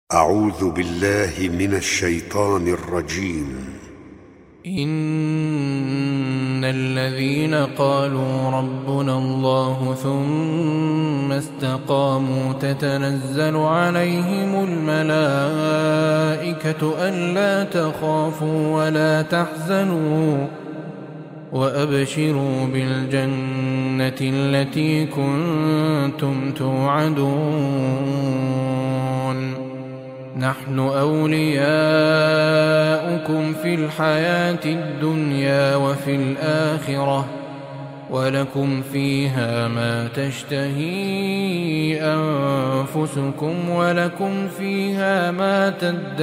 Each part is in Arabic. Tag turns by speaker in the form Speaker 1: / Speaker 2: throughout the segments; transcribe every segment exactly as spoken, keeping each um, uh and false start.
Speaker 1: أعوذ بالله من الشيطان الرجيم.
Speaker 2: إن الذين قالوا ربنا الله ثم استقاموا تتنزل عليهم الملائكة ألا تخافوا ولا تحزنوا وأبشروا بالجنة التي كنتم توعدون نحن أولياؤكم في الحياة الدنيا وفي الآخرة ولكم فيها ما تشتهي أنفسكم ولكم فيها ما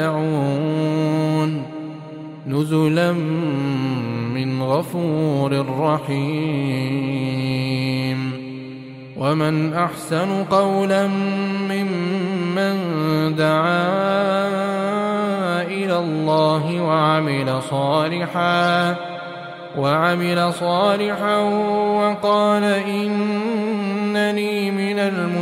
Speaker 2: تدعون نزلا من غفور رحيم. ومن أحسن قولا ممن دعا إلى الله وعمل صالحا وعمل صالحا وقال إنني من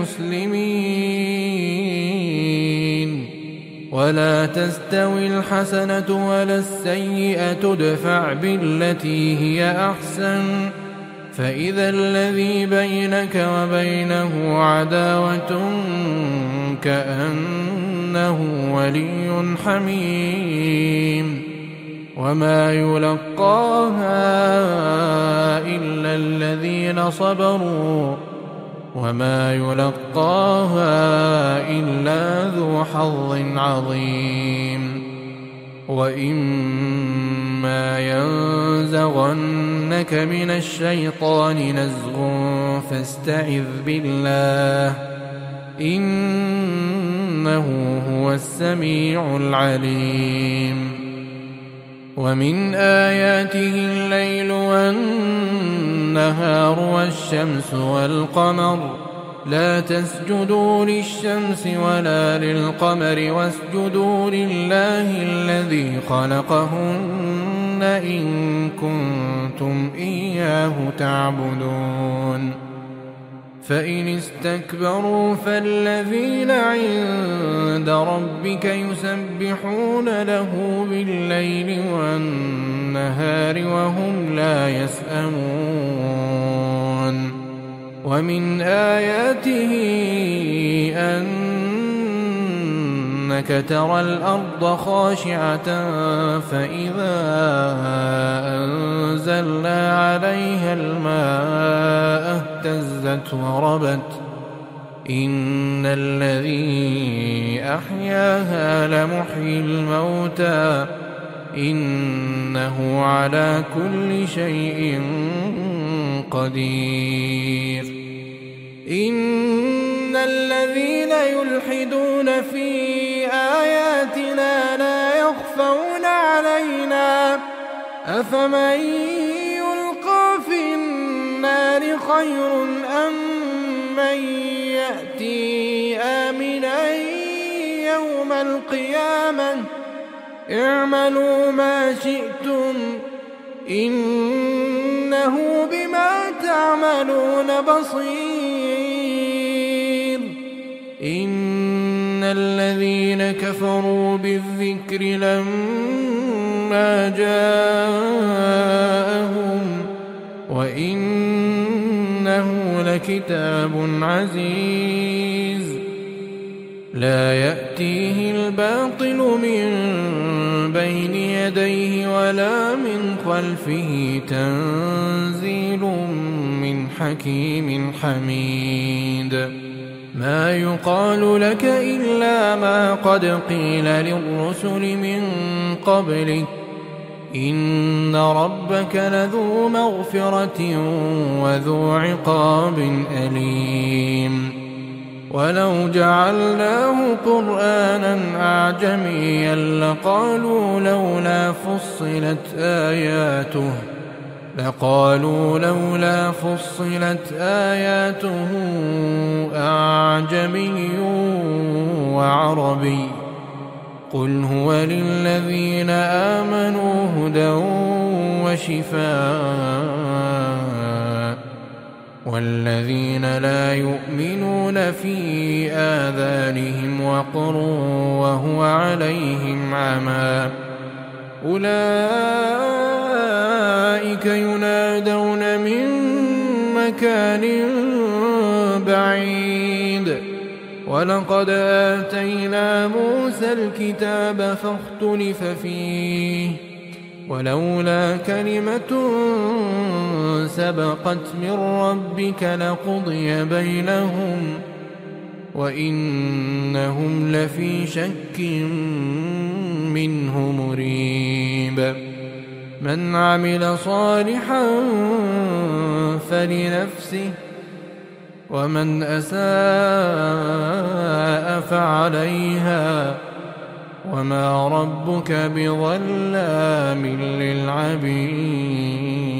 Speaker 2: المسلمين. ولا تستوي الحسنة ولا السيئة ادفع بالتي هي أحسن فإذا الذي بينك وبينه عداوة كأنه ولي حميم. وما يلقاها إلا الذين صبروا وما يلقاها إلا ذو حظ عظيم. وإما ينزغنك من الشيطان نزغ فاستعذ بالله إنه هو السميع العليم. ومن آياته الليل والنهار والشمس والقمر لا تسجدوا للشمس ولا للقمر واسجدوا لله الذي خلقهن إن كنتم إياه تعبدون. فإن استكبروا فالذين عند ربك يسبحون له بالليل والنهار وهم لا يسأمون. ومن آياته أنك ترى الأرض خاشعة فإذا أنزلنا عليها الماء اهتزت وربت إن الذي أحياها لمحيي الموتى إنه على كل شيء قدير. إن الذين يلحدون في آياتنا لا يخفون علينا أفمن يلقى في النار خير أم من يأتي آمنا يوم القيامة اعملوا ما شئتم إنه بما تعملون بصير. إن الذين كفروا بالذكر لما جاءهم وإنه لكتاب عزيز لا يأتيه الباطل من بين يديه ولا من خلفه تنزيل من حكيم حميد. ما يقال لك إلا ما قد قيل للرسل من قبلك إن ربك لذو مغفرة وذو عقاب أليم. ولو جعلناه قرآنا أعجميا لقالوا لولا فصلت آياته لقالوا لولا فصلت آياته أعجمي وعربي قل هو للذين آمنوا هدى وشفاء والذين لا يؤمنون في آذانهم وقر وهو عليهم عمى أولئك ينادون من مكان بعيد ولقد آتينا موسى الكتاب فاختلف فيه ولولا كلمة سبقت من ربك لقضي بينهم وإنهم لفي شك منه مريب من عمل صالحا فلنفسه ومن أساء فعليها وما ربك بظلام للعبيد